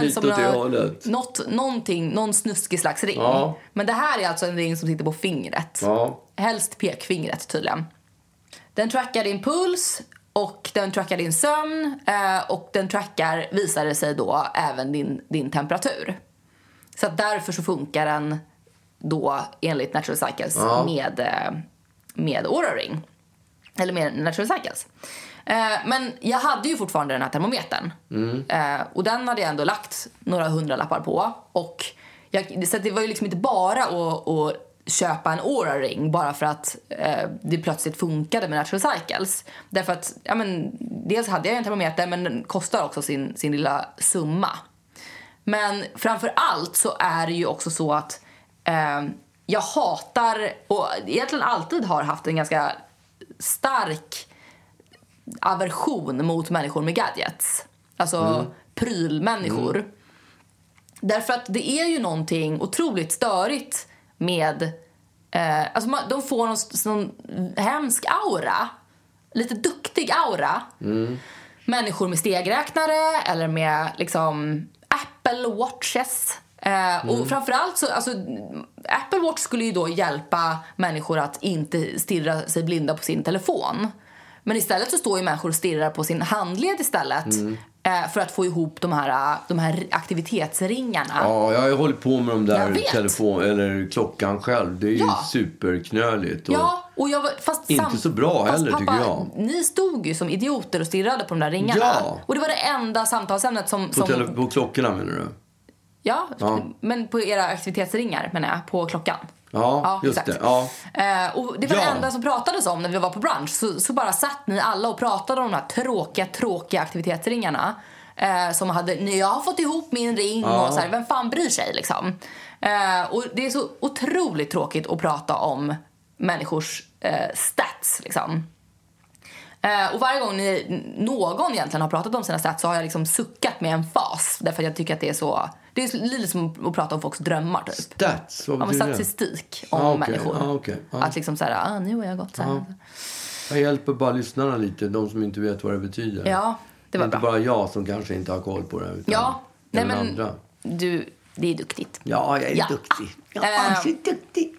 som någon snuskig slags ring. Ja. Men det här är alltså en ring som sitter på fingret. Ja. Helst pekfingret tydligen. Den trackar din puls och den trackar din sömn och den trackar, visar det sig då, även din temperatur. Så att därför så funkar den då enligt Natural Cycles med Oura Ring. Eller med Natural Cycles. Men jag hade ju fortfarande den här termometern. Och den hade jag ändå lagt några 100-lappar på. Och så det var ju liksom inte bara att köpa en Oura Ring bara för att det plötsligt funkade med Natural Cycles. Därför att dels hade jag en termometer, men den kostar också sin lilla summa. Men framför allt så är det ju också så att jag hatar, och egentligen alltid har haft en ganska stark aversion mot människor med gadgets. Alltså prylmänniskor. Därför att det är ju någonting otroligt störigt med alltså de får någon hemsk aura, lite duktig aura. Människor med stegräknare eller med liksom Apple Watches. Och framförallt så, alltså, Apple Watch skulle ju då hjälpa människor att inte stirra sig blinda på sin telefon. Men istället så står ju människor och stirrar på sin handled istället. För att få ihop de här aktivitetsringarna. Ja, jag har ju hållit på med de där eller klockan själv. Det är ju superknöligt. Och och inte så bra heller, pappa, tycker jag. Ni stod ju som idioter och stirrade på de där ringarna. Ja. Och det var det enda samtalsämnet som... På klockorna menar du? Ja, men på era aktivitetsringar menar jag, på klockan. Ja, just exakt. Det. Ja. Och det var det enda som pratades om när vi var på brunch. Så bara satt ni alla och pratade om de här tråkiga aktivitetsringarna. Som jag har fått ihop min ring och så här, vem fan bryr sig liksom. Och det är så otroligt tråkigt att prata om människors stats liksom. Och varje gång någon egentligen har pratat om sina stats så har jag liksom suckat med en fas. Därför att jag tycker att det är så... Det är lite som att prata om folks drömmar typ. Stats? Vad betyder det? Statistik om människor. Att liksom så här, nu har jag gått så här. Jag hjälper bara lyssnarna lite, de som inte vet vad det betyder. Ja, det var inte bara jag som kanske inte har koll på det. Utan nej men andra. Det är duktigt. Ja, jag är duktig. Jag är så duktig.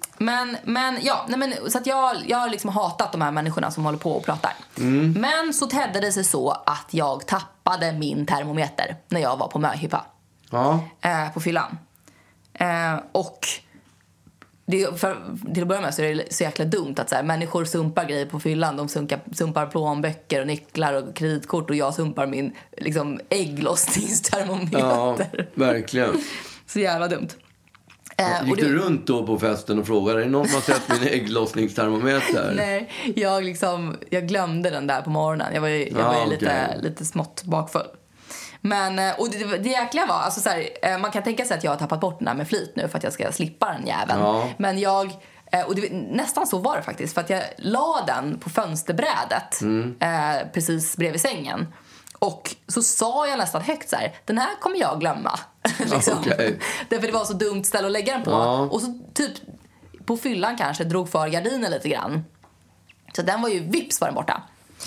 Men så att jag har liksom hatat de här människorna som håller på och pratar. Men så tedde det sig så att jag tappade min termometer när jag var på möhippa. På fyllan. Och till att börja med så är det så jäkla dumt att så här, människor sumpar grejer på fyllan. De sumpar plånböcker och nycklar och kreditkort, och jag sumpar min liksom ägglossningstermometer. Ja, verkligen. Så jävla dumt. Gick du runt då på festen och frågade, är det någon som har sett min ägglossningstermometer? Nej, jag glömde den där på morgonen. Jag var ju lite smått bakfull. Men, och det jäkliga var, alltså så här, man kan tänka sig att jag har tappat bort den där med flit nu för att jag ska slippa den jäveln. Men och nästan så var det faktiskt, för att jag la den på fönsterbrädet precis bredvid sängen. Och så sa jag nästan högt så här, den här kommer jag glömma. Liksom. Därför det var så dumt ställe att lägga den på. Och så typ på fyllan kanske drog för gardinen lite grann. Så den var ju vips var den borta.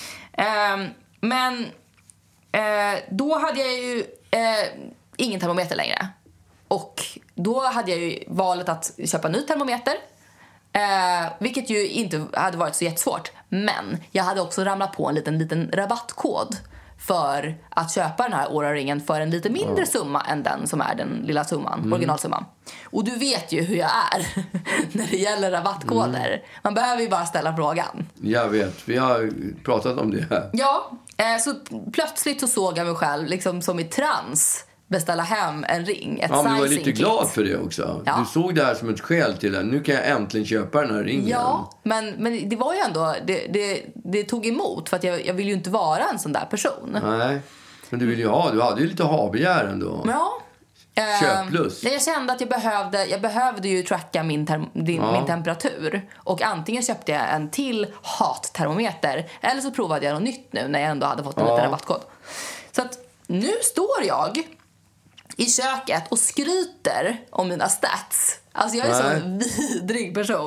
Men då hade jag ju ingen termometer längre. Och då hade jag ju valet att köpa en ny termometer. Vilket ju inte hade varit så jättesvårt. Men jag hade också ramlat på en liten rabattkod för att köpa den här Oura-ringen för en lite mindre summa än den som är den lilla summan, originalsumman. Och du vet ju hur jag är när det gäller rabattkoder. Man behöver ju bara ställa frågan. Jag vet, vi har pratat om det här. Ja, så plötsligt så såg jag mig själv liksom som i trans beställa hem en ring, ett men du var lite kit. Glad för det också. Du såg det här som ett skäl till det. Nu kan jag äntligen köpa den här ringen. Ja, men det var ju ändå det tog emot, för att jag vill ju inte vara en sån där person. Nej, men du hade ju lite ha-begär ändå. Ja. Köplust. Jag kände att jag behövde ju tracka min temperatur. Och antingen köpte jag en till hattermometer, eller så provade jag något nytt nu när jag ändå hade fått en liten rabattkod. Så att nu står jag i köket och skryter om mina stats. Alltså jag är så en vidrig person.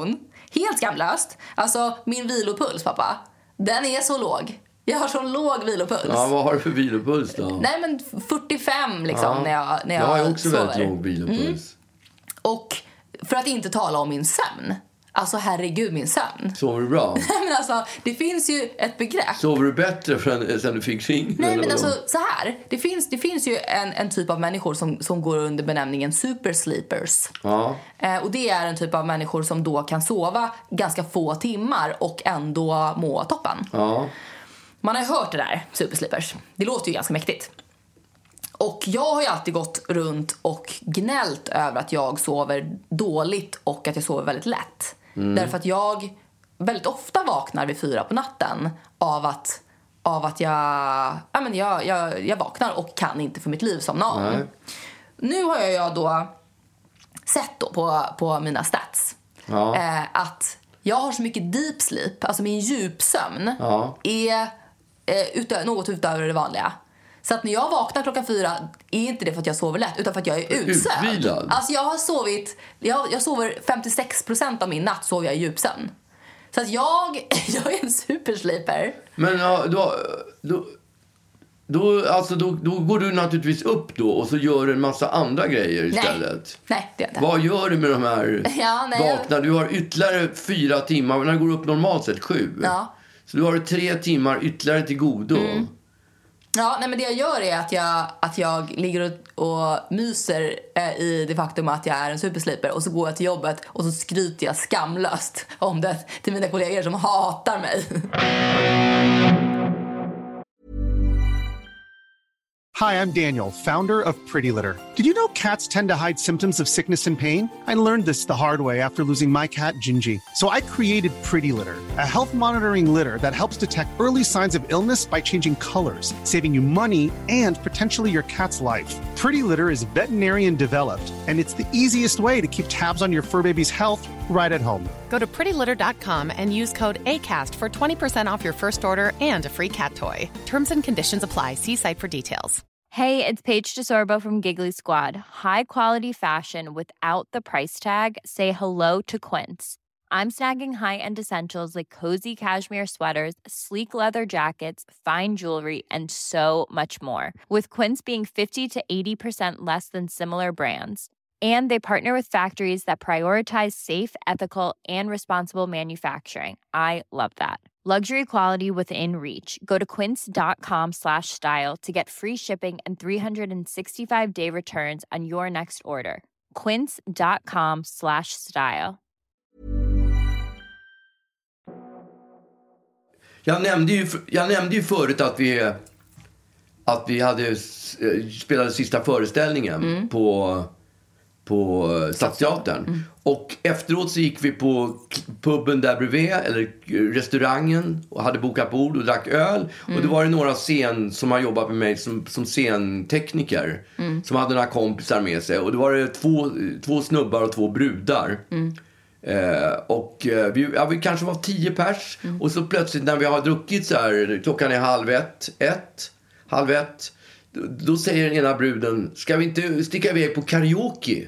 Helt skamlöst. Alltså, min vilopuls, pappa, den är så låg. Jag har så låg vilopuls. Ja, vad har du för vilopuls då? Nej, men 45 liksom, när jag jag har också sover. väldigt låg vilopuls. Och för att inte tala om min sömn. Alltså, herregud, min sömn. Sover du bra? Nej, men alltså, det finns ju ett begrepp. Sover du bättre sen du fick ring? Nej, men alltså, så här. Det finns ju en typ av människor som går under benämningen super sleepers. Ja. Och det är en typ av människor som då kan sova ganska få timmar och ändå må toppen. Ja. Man har ju hört det där, super sleepers. Det låter ju ganska mäktigt. Och jag har ju alltid gått runt och gnällt över att jag sover dåligt och att jag sover väldigt lätt. Därför att jag väldigt ofta vaknar vid 4 på natten av att jag vaknar och kan inte för mitt liv somna om. Nej. Nu har jag då sett då på mina stats att jag har så mycket deep sleep, alltså min djupsömn är något utöver det vanliga. Så att när jag vaknar klockan 4 är inte det för att jag sover lätt, utan för att jag är utsövd. Alltså jag har sovit, jag sover 56% av min natt sover jag i djupsömn. Så att jag är en supersleeper. Men ja, då går du naturligtvis upp då och så gör du en massa andra grejer istället. Nej, det är inte. Vad gör du med de här vakna? Du har ytterligare 4 timmar, när du går upp normalt sett 7. Ja. Så du har 3 timmar ytterligare till godo. Ja, nej, men det jag gör är att jag ligger och myser i det faktum att jag är en supersleeper. Och så går jag till jobbet och så skryter jag skamlöst om det till mina kollegor som hatar mig. Hi, I'm Daniel, founder of Pretty Litter. Did you know cats tend to hide symptoms of sickness and pain? I learned this the hard way after losing my cat, Gingy. So I created Pretty Litter, a health monitoring litter that helps detect early signs of illness by changing colors, saving you money and potentially your cat's life. Pretty Litter is veterinarian developed, and it's the easiest way to keep tabs on your fur baby's health right at home. Go to prettylitter.com and use code ACAST for 20% off your first order and a free cat toy. Terms and conditions apply. See site for details. Hey, it's Paige DeSorbo from Giggly Squad. High quality fashion without the price tag. Say hello to Quince. I'm snagging high-end essentials like cozy cashmere sweaters, sleek leather jackets, fine jewelry, and so much more. With Quince being 50 to 80% less than similar brands. And they partner with factories that prioritize safe, ethical, and responsible manufacturing. I love that. Luxury quality within reach. Go to quince.com/style to get free shipping and 365-day returns on your next order. Quince.com/style. Jag nämnde ju förut att vi hade spelade sista föreställningen på Stadsteatern. Och efteråt så gick vi på puben där bredvid, eller restaurangen, och hade bokat bord och drack öl. Och det var det några som har jobbat med mig som scentekniker, som hade några kompisar med sig. Och det var det två snubbar och 2 brudar. Och vi kanske var 10 pers. Och så plötsligt när vi har druckit så här, klockan är 12:30, då säger den ena bruden: ska vi inte sticka iväg på karaoke?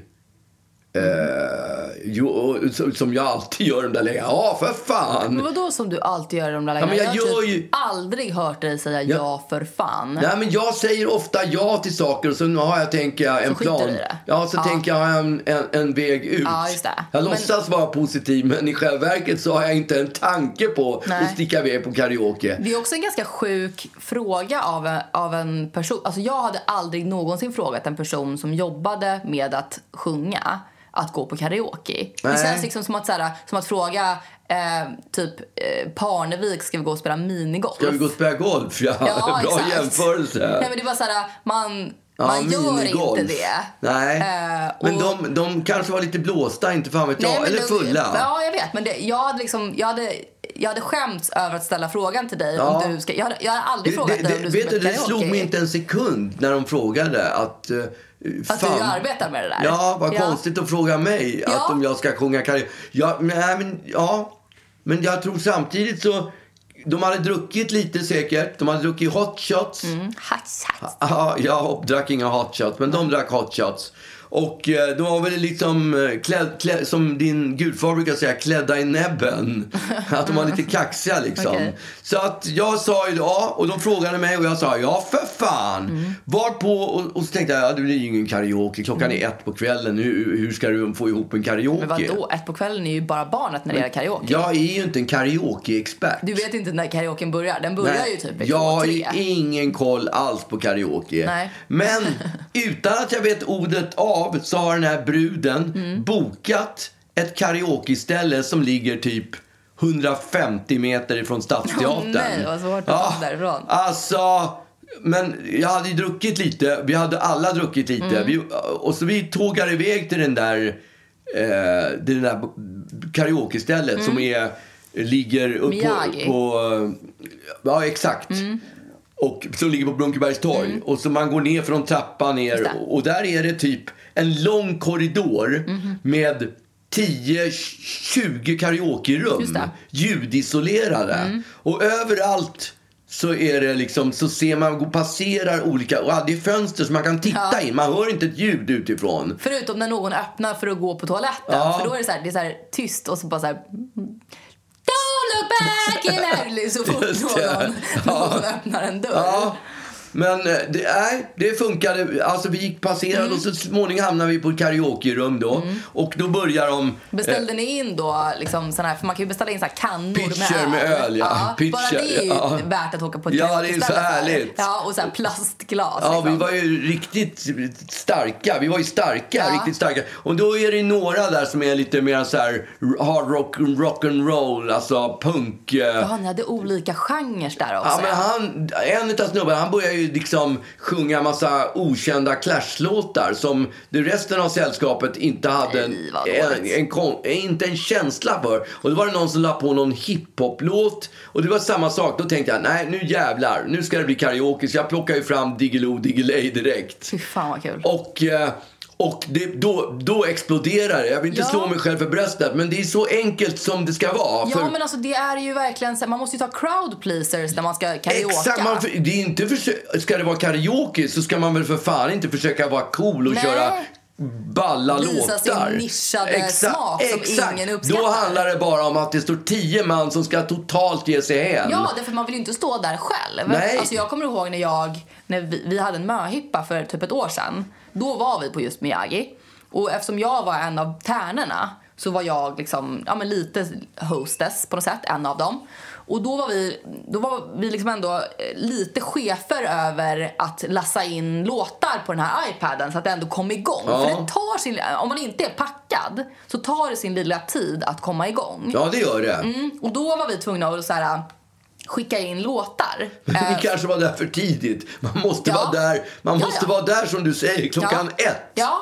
Som jag alltid gör de där lägena. Ja, för fan. Men vadå som du alltid gör de där lägena? Ja, jag har typ aldrig hört dig säga ja för fan. Nej, men jag säger ofta ja till saker. Och så har jag, tänker jag, en plan. Ja, så tänker jag en väg ut. Ja, just det. Jag låtsas vara positiv, men i själva verket så har jag inte en tanke på att sticka iväg på karaoke. Det är också en ganska sjuk fråga av en person. Alltså jag hade aldrig någonsin frågat en person som jobbade med att sjunga att gå på karaoke. Det känns liksom som att fråga Parnevik, ska vi gå och spela minigolf? Ska vi gå och spela golf? Ja, bra exakt. Jämförelse. Nej, men det var såhär, man gör minigolf. Inte det. Nej, men de kanske var lite blåsta, inte fan vet jag, eller fulla. Ja, jag vet, men jag hade skämts över att ställa frågan till dig om du ska. Jag har aldrig frågat dig om du ska spela karaoke. Det slog mig inte en sekund när de frågade att du arbetar med det där. Ja, vad konstigt att fråga mig att om jag ska sjunga karaoke. Men jag tror samtidigt så de hade druckit lite säkert. De hade druckit hot shots. Hot shots. Jag drack inga hot shots, men de drack hot shots. Och de var väl liksom som din gudfar brukar säga, klädda i näbben. Att de var lite kaxiga liksom. Okay. Så att jag sa ju ja, och de frågade mig och jag sa ja för fan. Varpå, och så tänkte jag, det blir ju ingen karaoke. Klockan är 1 på kvällen. Hur ska du få ihop en karaoke? Men vadå? 1 på kvällen är ju bara barnet när det är karaoke. Jag är ju inte en karaoke-expert. Du vet inte när karaoken börjar. Den börjar ju typ 2-3. Jag har ingen koll alls på karaoke. Nej. Men utan att jag vet ordet av så har den här bruden bokat ett karaoke-ställe som ligger typ 150 meter ifrån Stadsteatern. Nej, vad svårt att komma därifrån. Alltså, men jag hade ju druckit lite. Vi hade alla druckit lite. Och så vi tågar iväg till den där karaoke-stället som ligger upp på ja, exakt. Och så ligger på Brunkebergstorg. Och så man går ner från trappan ner. Och där är det typ en lång korridor med 10-20 karaoke-rum. Ljudisolerade. Och överallt så är det liksom, så ser man passerar olika, och det är fönster så man kan titta in. Man hör inte ett ljud utifrån. Förutom när någon öppnar för att gå på toaletten. För då är det så här tyst och så bara så här... Don't look back in Ärlig så fort någon öppnar en dörr. Men det funkade. Alltså vi gick passerade och så småningom hamnade vi på ett karaoke-rum då. Och då börjar de... Beställde ni in då liksom sån här, för man kan ju beställa in så här kannor pitcher med öl. Ja. Pitcher, bara det är ju värt att åka på ett det är så härligt. Ja, och så här plastglas. Ja, liksom. vi var ju riktigt starka. Vi var ju starka, riktigt starka. Och då är det några där som är lite mer så här hard rock and roll, alltså punk. Ja, ni hade olika genrer där också. Ja, men en utav snubbarna, han börjar ju liksom sjunga massa okända Clash-låtar som resten av sällskapet inte hade inte en känsla för. Och då var det någon som la på någon hiphop-låt och det var samma sak. Då tänkte jag, nej nu jävlar, nu ska det bli karaoke. Så jag plockade ju fram Diggiloo Diggiley direkt. Fy fan vad kul. Och då exploderar det. Jag vill inte slå mig själv för bröstet, men det är så enkelt som det ska vara. Ja, men alltså det är ju verkligen så, man måste ju ta crowd pleasers när man ska karaoke. Exakt, det är inte ska det vara karaoke så ska man väl för fan inte försöka vara cool och köra balla visa låtar. Sin nischade smak som ingen uppskattar. Då handlar det bara om att det står 10 man som ska totalt ge sig hem. Ja, därför man vill ju inte stå där själv. Nej. Alltså jag kommer ihåg när vi hade en möhippa för typ ett år sedan. Då var vi på just Miyagi. Och eftersom jag var en av tärnorna så var jag liksom, lite hostess på något sätt, en av dem. Och då var vi liksom ändå lite chefer över att lassa in låtar på den här iPaden så att det ändå kom igång. För det tar om man inte är packad så tar det sin lilla tid att komma igång. Ja, det gör det. Och då var vi tvungna att så här, skicka in låtar. Men vi kanske var där för tidigt. Man måste vara där. Man måste vara där som du säger klockan 1. Ja.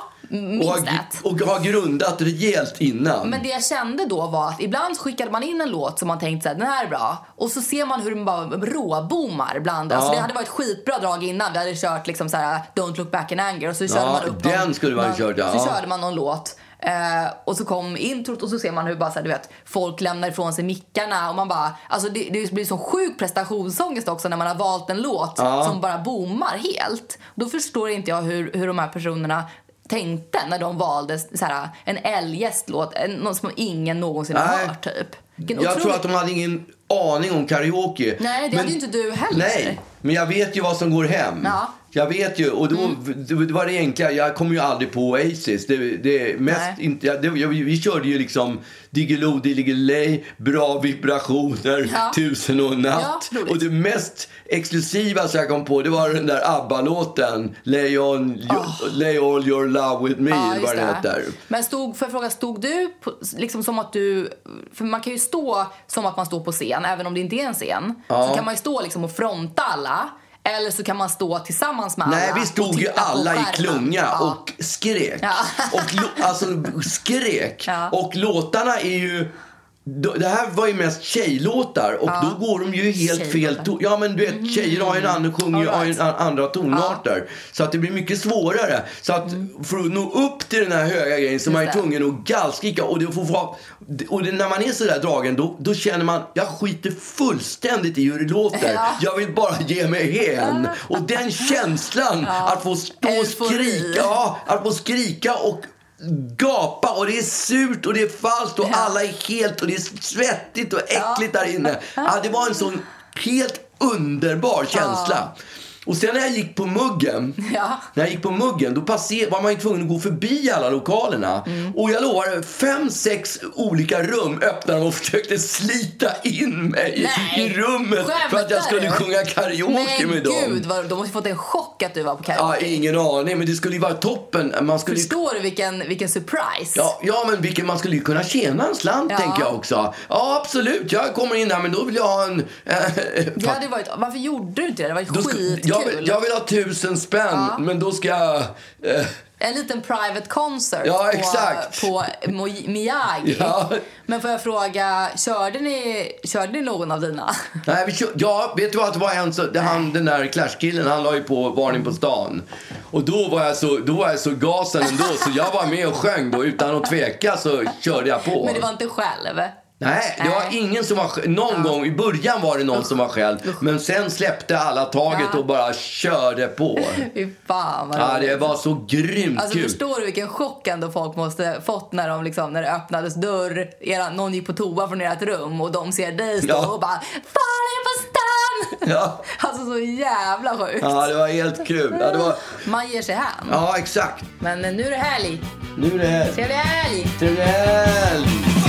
Och ha grundat rejält innan. Men det jag kände då var att ibland skickade man in en låt som man tänkte såhär, den här är bra. Och så ser man hur den bara råboomar bland. Alltså det hade varit skitbra drag innan. Vi hade kört liksom såhär Don't Look Back in Anger. Och så körde man upp den skulle man köra. Så körde man någon låt. Och så kom introt och så ser man hur bara så här, du vet, folk lämnar ifrån sig mickarna och man bara, alltså det blir så sjuk prestationsångest också när man har valt en låt som bara boomar helt. Då förstår inte jag hur de här personerna tänkte när de valde så här, en eljest-låt, någon som ingen någonsin har hört typ. Jag tror att de hade ingen aning om karaoke. Nej, det hade ju inte du heller. Nej, men jag vet ju vad som går hem. Ja. Jag vet ju, och då det var det enkla. Jag kom ju aldrig på Oasis. Det mest inte, vi körde ju liksom Diggiloo Diggiley, bra vibrationer, 1001 natt. Och det mest exklusiva som jag kom på, det var den där ABBA-låten Lay all your love with me, vad den heter. Men stod du liksom som att du, för man kan ju stå som att man står på scen, även om det inte är en scen, så kan man ju stå liksom och fronta alla. Eller så kan man stå tillsammans med alla. Nej, vi stod ju alla i klunga och skrek. Och alltså skrek. Och låtarna är ju det här var ju mest tjejlåtar och då går de ju helt fel ja men du vet, tjejer har en annan sjunger har en andra tonarter så att det blir mycket svårare så att för att nå upp till den här höga grejen så man är tvungen att gallskrika och när man är så där dragen då känner man jag skiter fullständigt i hur det låter jag vill bara ge mig hän och den känslan att få stå och skrika att få skrika och gapa och det är surt och det är falskt och alla är helt och det är svettigt och äckligt där inne. Det var en sån helt underbar känsla. Och sen när jag gick på muggen då var man ju tvungen att gå förbi alla lokalerna. Och jag lovar 5-6 olika rum öppnade och försökte slita in mig i rummet för att jag skulle sjunga karaoke med dem. Men gud, de måste fått en chock att du var på karaoke. Ingen aning, men det skulle ju vara toppen. Förstår du vilken surprise? Ja, men man skulle ju kunna tjäna en slant, tänker jag också. Ja, absolut. Jag kommer in här, men då vill jag ha en... varför gjorde du inte det? Det var skitkul. Jag vill ha 1000 spänn, men då ska jag... En liten private concert på Miyagi. Ja. Men får jag fråga, körde ni någon av dina? Nej, vet du vad, det var den där Clash-killen, han la ju på Varning på stan. Och då var jag så gasen ändå, så jag var med och sjöng då, utan att tveka så körde jag på. Men det var inte själv? Nej, det var ingen som var någon gång i början var det någon som var själv, men sen släppte alla taget och bara körde på. Fy fan vad det var så grymt kul. Förstår du vilken chock ändå folk måste fått när det öppnades dörr, någon gick på toa från ert rum och de ser dig stå och bara Varning på stan. Alltså så jävla sjukt. Ja, det var helt kul. Man ger sig hem. Ja, exakt. Men nu är det härligt. Trevlig helg.